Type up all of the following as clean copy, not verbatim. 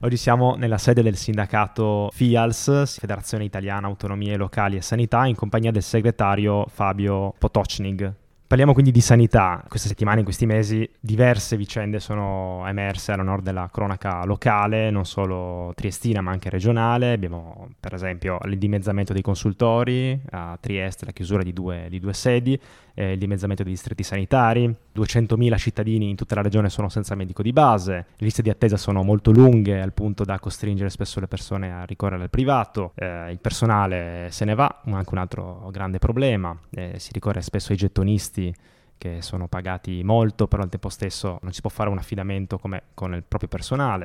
Oggi siamo nella sede del sindacato FIALS, Federazione Italiana Autonomie Locali e Sanità, in compagnia del segretario Fabio Potocnig. Parliamo quindi di sanità. Questa settimana, in questi mesi, diverse vicende sono emerse all'onor della cronaca locale, non solo triestina ma anche regionale. Abbiamo per esempio il dimezzamento dei consultori a Trieste, la chiusura di due sedi, il dimezzamento dei distretti sanitari, 200.000 cittadini in tutta la regione sono senza medico di base, le liste di attesa sono molto lunghe al punto da costringere spesso le persone a ricorrere al privato, il personale se ne va, anche un altro grande problema, si ricorre spesso ai gettonisti che sono pagati molto, però al tempo stesso non si può fare un affidamento come con il proprio personale,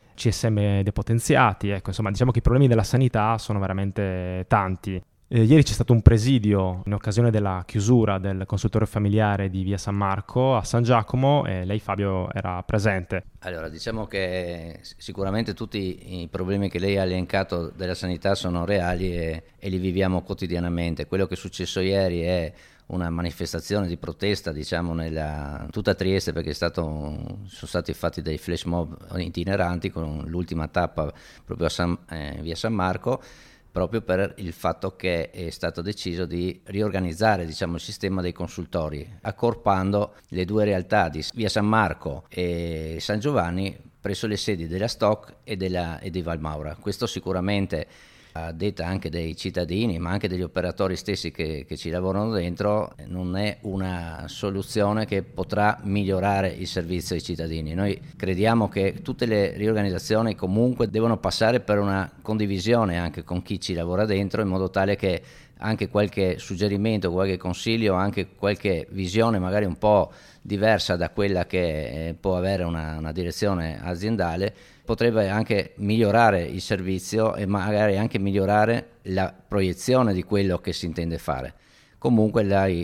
CSM depotenziati, ecco, insomma diciamo che i problemi della sanità sono veramente tanti. Ieri c'è stato un presidio in occasione della chiusura del consultorio familiare di via San Marco a San Giacomo e lei, Fabio, era presente. Allora, diciamo che sicuramente tutti i problemi che lei ha elencato della sanità sono reali e li viviamo quotidianamente. Quello che è successo ieri è una manifestazione di protesta, diciamo, nella tutta Trieste, perché sono stati fatti dei flash mob itineranti con l'ultima tappa proprio via San Marco, proprio per il fatto che è stato deciso di riorganizzare, diciamo, il sistema dei consultori, accorpando le due realtà di via San Marco e San Giovanni presso le sedi della Stock e di Valmaura. Questo sicuramente, a detta anche dei cittadini ma anche degli operatori stessi che ci lavorano dentro, non è una soluzione che potrà migliorare il servizio ai cittadini. Noi crediamo che tutte le riorganizzazioni comunque devono passare per una condivisione anche con chi ci lavora dentro, in modo tale che anche qualche suggerimento, qualche consiglio, anche qualche visione magari un po' diversa da quella che può avere una direzione aziendale potrebbe anche migliorare il servizio e magari anche migliorare la proiezione di quello che si intende fare. Comunque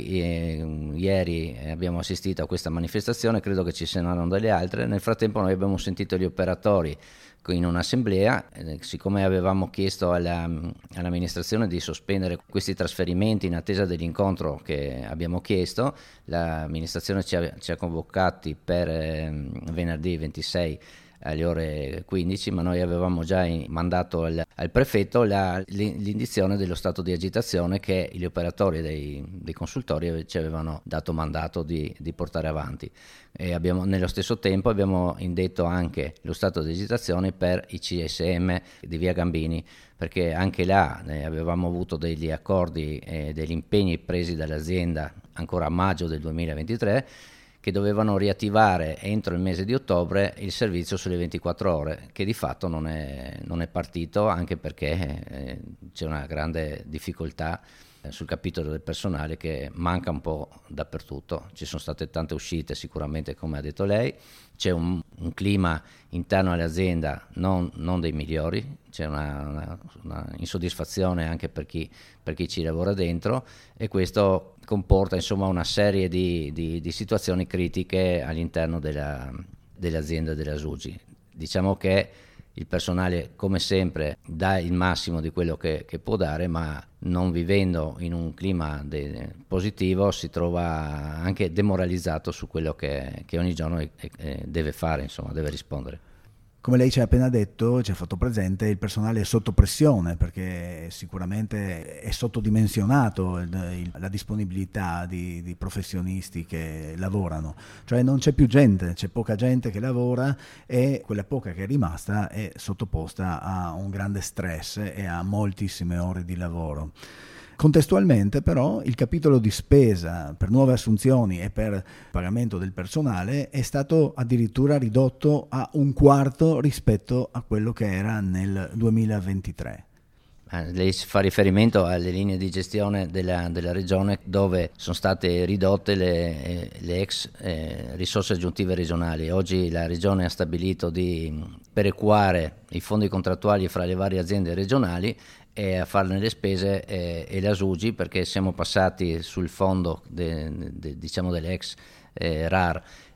ieri abbiamo assistito a questa manifestazione, credo che ci saranno delle altre. Nel frattempo noi abbiamo sentito gli operatori in un'assemblea, siccome avevamo chiesto all'amministrazione di sospendere questi trasferimenti in attesa dell'incontro che abbiamo chiesto, l'amministrazione ci ha convocati per venerdì 26 alle ore 15, ma noi avevamo già mandato al prefetto l'indizione dello stato di agitazione che gli operatori dei consultori ci avevano dato mandato di portare avanti. E nello stesso tempo abbiamo indetto anche lo stato di agitazione per i CSM di via Gambini, perché anche là avevamo avuto degli accordi e degli impegni presi dall'azienda ancora a maggio del 2023 che dovevano riattivare entro il mese di ottobre il servizio sulle 24 ore, che di fatto non è partito, anche perché c'è una grande difficoltà sul capitolo del personale che manca un po' dappertutto. Ci sono state tante uscite sicuramente, come ha detto lei, c'è un clima interno all'azienda non dei migliori, c'è una insoddisfazione anche per chi ci lavora dentro, e questo comporta insomma una serie di situazioni critiche all'interno dell'azienda della SUGI. Diciamo che il personale, come sempre, dà il massimo di quello che può dare, ma non vivendo in un clima positivo si trova anche demoralizzato su quello che ogni giorno deve fare, insomma, deve rispondere. Come lei ci ha appena detto, ci ha fatto presente, il personale è sotto pressione perché sicuramente è sottodimensionato la disponibilità di professionisti che lavorano, cioè non c'è più gente, c'è poca gente che lavora e quella poca che è rimasta è sottoposta a un grande stress e a moltissime ore di lavoro. Contestualmente però il capitolo di spesa per nuove assunzioni e per pagamento del personale è stato addirittura ridotto a un quarto rispetto a quello che era nel 2023. Lei fa riferimento alle linee di gestione della regione, dove sono state ridotte le ex risorse aggiuntive regionali. Oggi la regione ha stabilito di perequare i fondi contrattuali fra le varie aziende regionali e a farne le spese e la SUGI, perché siamo passati sul fondo diciamo delle ex RAR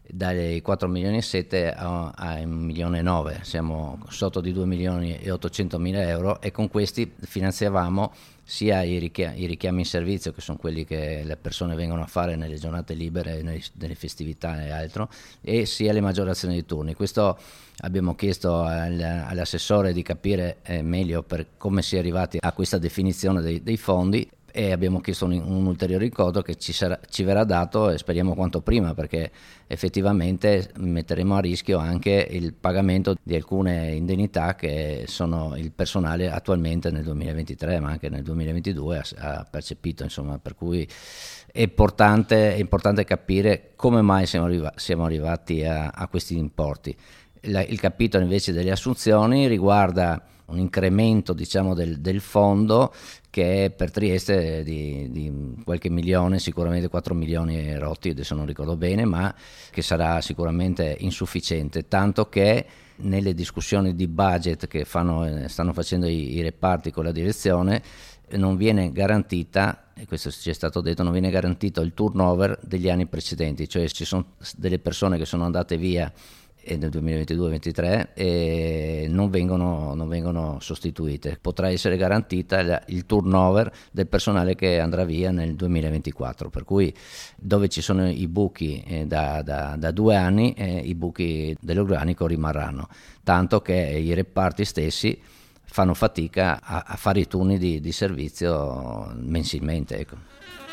dai 4 milioni e 7 a 1 milione e 9, siamo sotto di 2 milioni e 800 mila euro, e con questi finanziavamo sia i richiami in servizio, che sono quelli che le persone vengono a fare nelle giornate libere, nelle festività e altro, e sia le maggiorazioni di turni. Questo abbiamo chiesto all'assessore di capire meglio per come si è arrivati a questa definizione dei fondi, e abbiamo chiesto un ulteriore incontro che ci verrà dato, e speriamo quanto prima, perché effettivamente metteremo a rischio anche il pagamento di alcune indennità che sono il personale attualmente nel 2023 ma anche nel 2022 ha percepito, insomma, per cui è importante capire come mai siamo arrivati a questi importi. Il capitolo invece delle assunzioni riguarda un incremento, diciamo, del fondo, che è per Trieste di qualche milione, sicuramente 4 milioni e rotti, adesso non ricordo bene, ma che sarà sicuramente insufficiente, tanto che nelle discussioni di budget che stanno facendo i reparti con la direzione non viene garantita, e questo ci è stato detto, non viene garantito il turnover degli anni precedenti, cioè ci sono delle persone che sono andate via nel 2022-23 e non vengono sostituite. Potrà essere garantita il turnover del personale che andrà via nel 2024, per cui dove ci sono i buchi da 2 anni, i buchi dell'organico rimarranno, tanto che i reparti stessi fanno fatica a fare i turni di servizio mensilmente, ecco.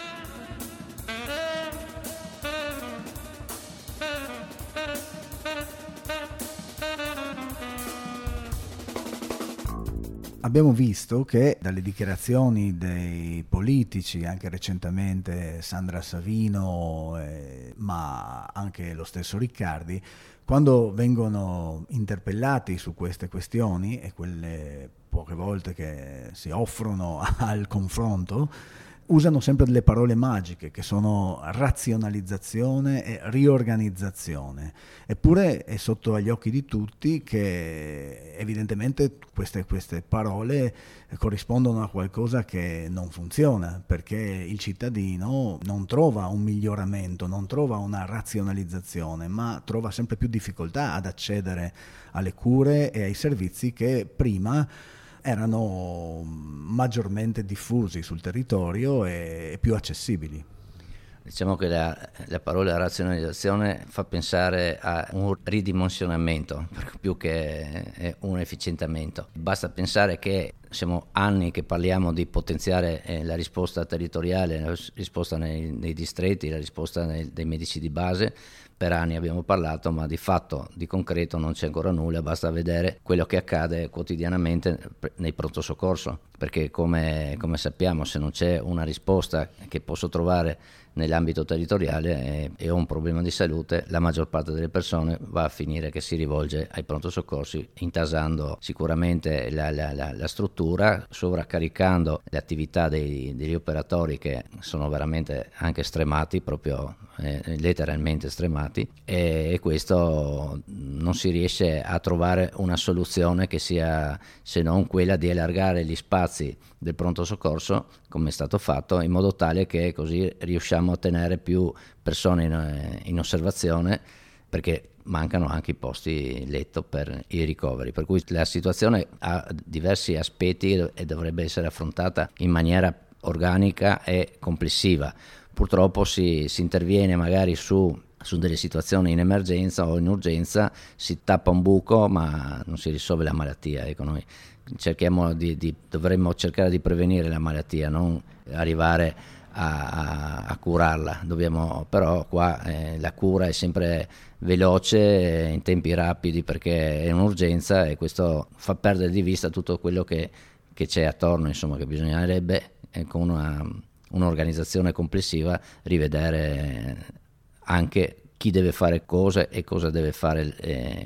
Abbiamo visto che dalle dichiarazioni dei politici, anche recentemente Sandra Savino, ma anche lo stesso Riccardi, quando vengono interpellati su queste questioni e quelle poche volte che si offrono al confronto, usano sempre delle parole magiche che sono razionalizzazione e riorganizzazione. Eppure è sotto agli occhi di tutti che evidentemente queste parole corrispondono a qualcosa che non funziona, perché il cittadino non trova un miglioramento, non trova una razionalizzazione, ma trova sempre più difficoltà ad accedere alle cure e ai servizi che prima erano maggiormente diffusi sul territorio e più accessibili. Diciamo che la parola razionalizzazione fa pensare a un ridimensionamento più che un efficientamento. Basta pensare che siamo anni che parliamo di potenziare la risposta territoriale, la risposta nei distretti, la risposta dei medici di base. Per anni abbiamo parlato, ma di fatto, di concreto non c'è ancora nulla, basta vedere quello che accade quotidianamente nei pronto soccorso, perché come sappiamo, se non c'è una risposta che posso trovare nell'ambito territoriale e ho un problema di salute, la maggior parte delle persone va a finire che si rivolge ai pronto soccorsi, intasando sicuramente la struttura, sovraccaricando le attività degli operatori, che sono veramente anche stremati, proprio letteralmente stremati, e questo non si riesce a trovare una soluzione che sia se non quella di allargare gli spazi del pronto soccorso, come è stato fatto, in modo tale che così riusciamo a tenere più persone in osservazione, perché mancano anche i posti letto per i ricoveri, per cui la situazione ha diversi aspetti e dovrebbe essere affrontata in maniera organica e complessiva. Purtroppo si interviene magari su delle situazioni in emergenza o in urgenza, si tappa un buco ma non si risolve la malattia. Ecco, noi dovremmo cercare di prevenire la malattia, non arrivare a curarla. Però qua la cura è sempre veloce, in tempi rapidi, perché è un'urgenza, e questo fa perdere di vista tutto quello che c'è attorno, insomma, che bisognerebbe con un'organizzazione complessiva rivedere anche chi deve fare cosa e cosa deve fare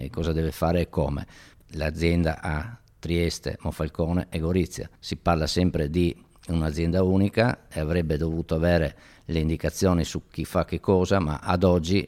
e come. L'azienda ha Trieste, Monfalcone e Gorizia. Si parla sempre di un'azienda unica e avrebbe dovuto avere le indicazioni su chi fa che cosa, ma ad oggi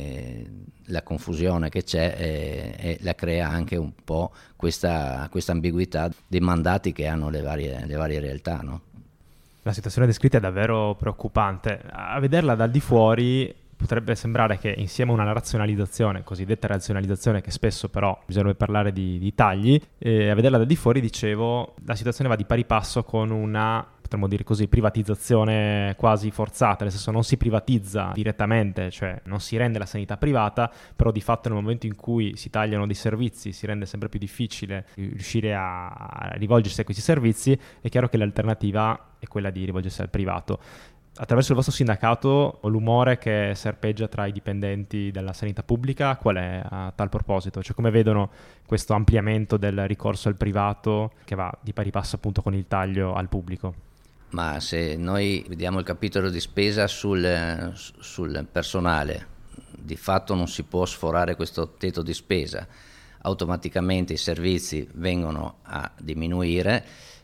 la confusione che c'è la crea anche un po' questa ambiguità dei mandati che hanno le varie realtà, no? La situazione descritta è davvero preoccupante. A vederla dal di fuori potrebbe sembrare che insieme a una razionalizzazione, cosiddetta razionalizzazione, che spesso però bisognerebbe parlare di tagli, a vederla da di fuori, dicevo, la situazione va di pari passo con una, potremmo dire così, privatizzazione quasi forzata, nel senso non si privatizza direttamente, cioè non si rende la sanità privata, però di fatto nel momento in cui si tagliano dei servizi si rende sempre più difficile riuscire a rivolgersi a questi servizi. È chiaro che l'alternativa è quella di rivolgersi al privato. Attraverso il vostro sindacato, l'umore che serpeggia tra i dipendenti della sanità pubblica, qual è a tal proposito? Cioè, come vedono questo ampliamento del ricorso al privato che va di pari passo appunto con il taglio al pubblico? Ma se noi vediamo il capitolo di spesa sul personale, di fatto non si può sforare questo tetto di spesa, automaticamente i servizi vengono a diminuire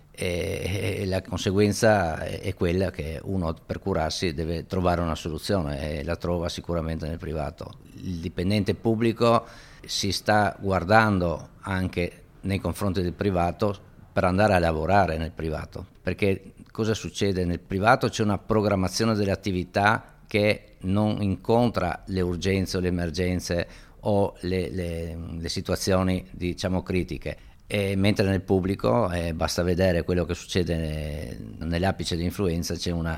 e la conseguenza è quella che uno per curarsi deve trovare una soluzione e la trova sicuramente nel privato. Il dipendente pubblico si sta guardando anche nei confronti del privato per andare a lavorare nel privato, perché cosa succede nel privato? C'è una programmazione delle attività che non incontra le urgenze o le emergenze o le situazioni diciamo critiche. E mentre nel pubblico basta vedere quello che succede nell'apice di influenza, c'è una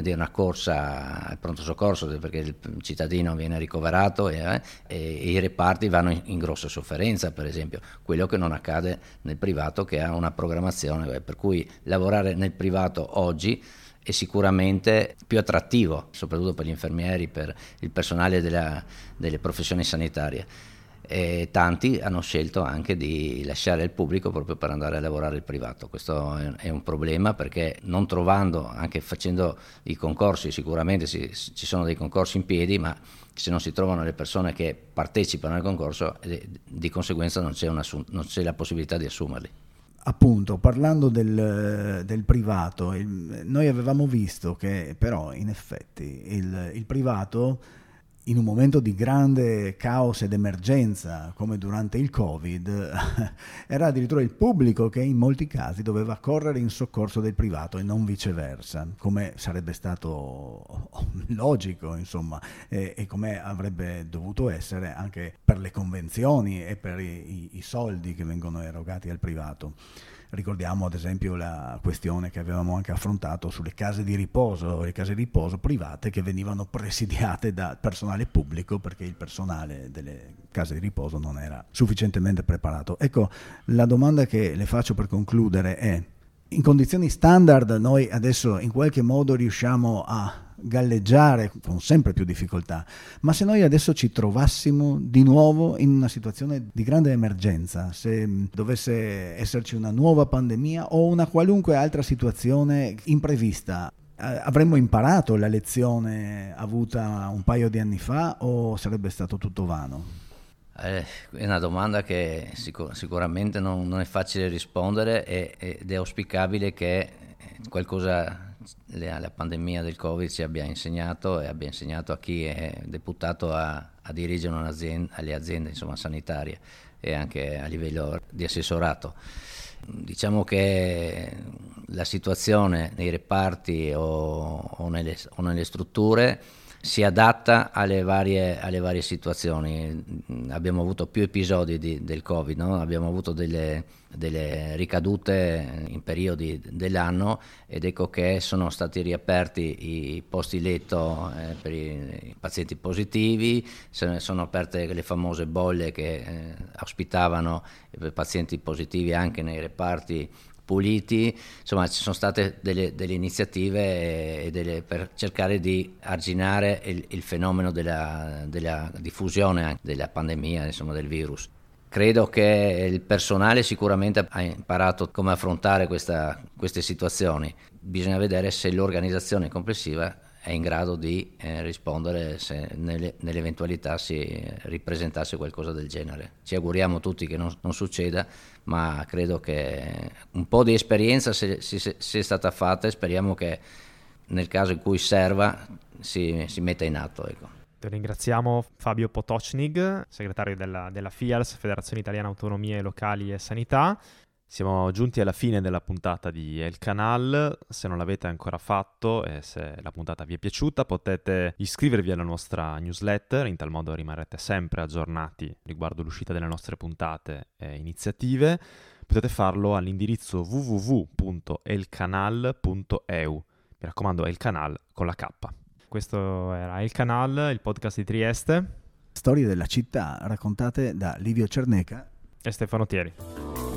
corsa al pronto soccorso perché il cittadino viene ricoverato e i reparti vanno in grossa sofferenza, per esempio, quello che non accade nel privato, che ha una programmazione, per cui lavorare nel privato oggi è sicuramente più attrattivo, soprattutto per gli infermieri, per il personale delle professioni sanitarie. E tanti hanno scelto anche di lasciare il pubblico proprio per andare a lavorare il privato. Questo è un problema, perché non trovando, anche facendo i concorsi, sicuramente ci sono dei concorsi in piedi, ma se non si trovano le persone che partecipano al concorso, di conseguenza non c'è la possibilità di assumerli. Appunto, parlando del privato, noi avevamo visto che però in effetti il privato, in un momento di grande caos ed emergenza come durante il Covid, era addirittura il pubblico che in molti casi doveva correre in soccorso del privato e non viceversa, come sarebbe stato logico, insomma, e come avrebbe dovuto essere anche per le convenzioni e per i soldi che vengono erogati al privato. Ricordiamo ad esempio la questione che avevamo anche affrontato sulle case di riposo, le case di riposo private che venivano presidiate da personale pubblico perché il personale delle case di riposo non era sufficientemente preparato. Ecco, la domanda che le faccio per concludere è: in condizioni standard noi adesso in qualche modo riusciamo a galleggiare con sempre più difficoltà, ma se noi adesso ci trovassimo di nuovo in una situazione di grande emergenza, se dovesse esserci una nuova pandemia o una qualunque altra situazione imprevista, avremmo imparato la lezione avuta un paio di anni fa o sarebbe stato tutto vano? È una domanda che sicuramente non è facile rispondere ed è auspicabile che qualcosa la pandemia del Covid ci abbia insegnato e abbia insegnato a chi è deputato a dirigere alle aziende insomma, sanitarie e anche a livello di assessorato. Diciamo che la situazione nei reparti o nelle strutture si adatta alle varie situazioni. Abbiamo avuto più episodi del Covid, no? Abbiamo avuto delle ricadute in periodi dell'anno ed ecco che sono stati riaperti i posti letto per i pazienti positivi, sono aperte le famose bolle che ospitavano i pazienti positivi anche nei reparti puliti. Insomma, ci sono state delle iniziative per cercare di arginare il fenomeno della diffusione anche della pandemia, insomma, del virus. Credo che il personale sicuramente ha imparato come affrontare queste situazioni. Bisogna vedere se l'organizzazione complessiva è in grado di rispondere se nell'eventualità si ripresentasse qualcosa del genere. Ci auguriamo tutti che non succeda, ma credo che un po' di esperienza se è stata fatta e speriamo che nel caso in cui serva si metta in atto. Ecco. Ringraziamo Fabio Potocnig, segretario della FIALS, Federazione Italiana Autonomie Locali e Sanità. Siamo giunti alla fine della puntata di El Canal. Se non l'avete ancora fatto e se la puntata vi è piaciuta, potete iscrivervi alla nostra newsletter, in tal modo rimarrete sempre aggiornati riguardo l'uscita delle nostre puntate e iniziative. Potete farlo all'indirizzo www.elcanal.eu. Mi raccomando, El Canal con la K. Questo era El Canal, il podcast di Trieste. Storie della città raccontate da Livio Cerneca E Stefano Thieri.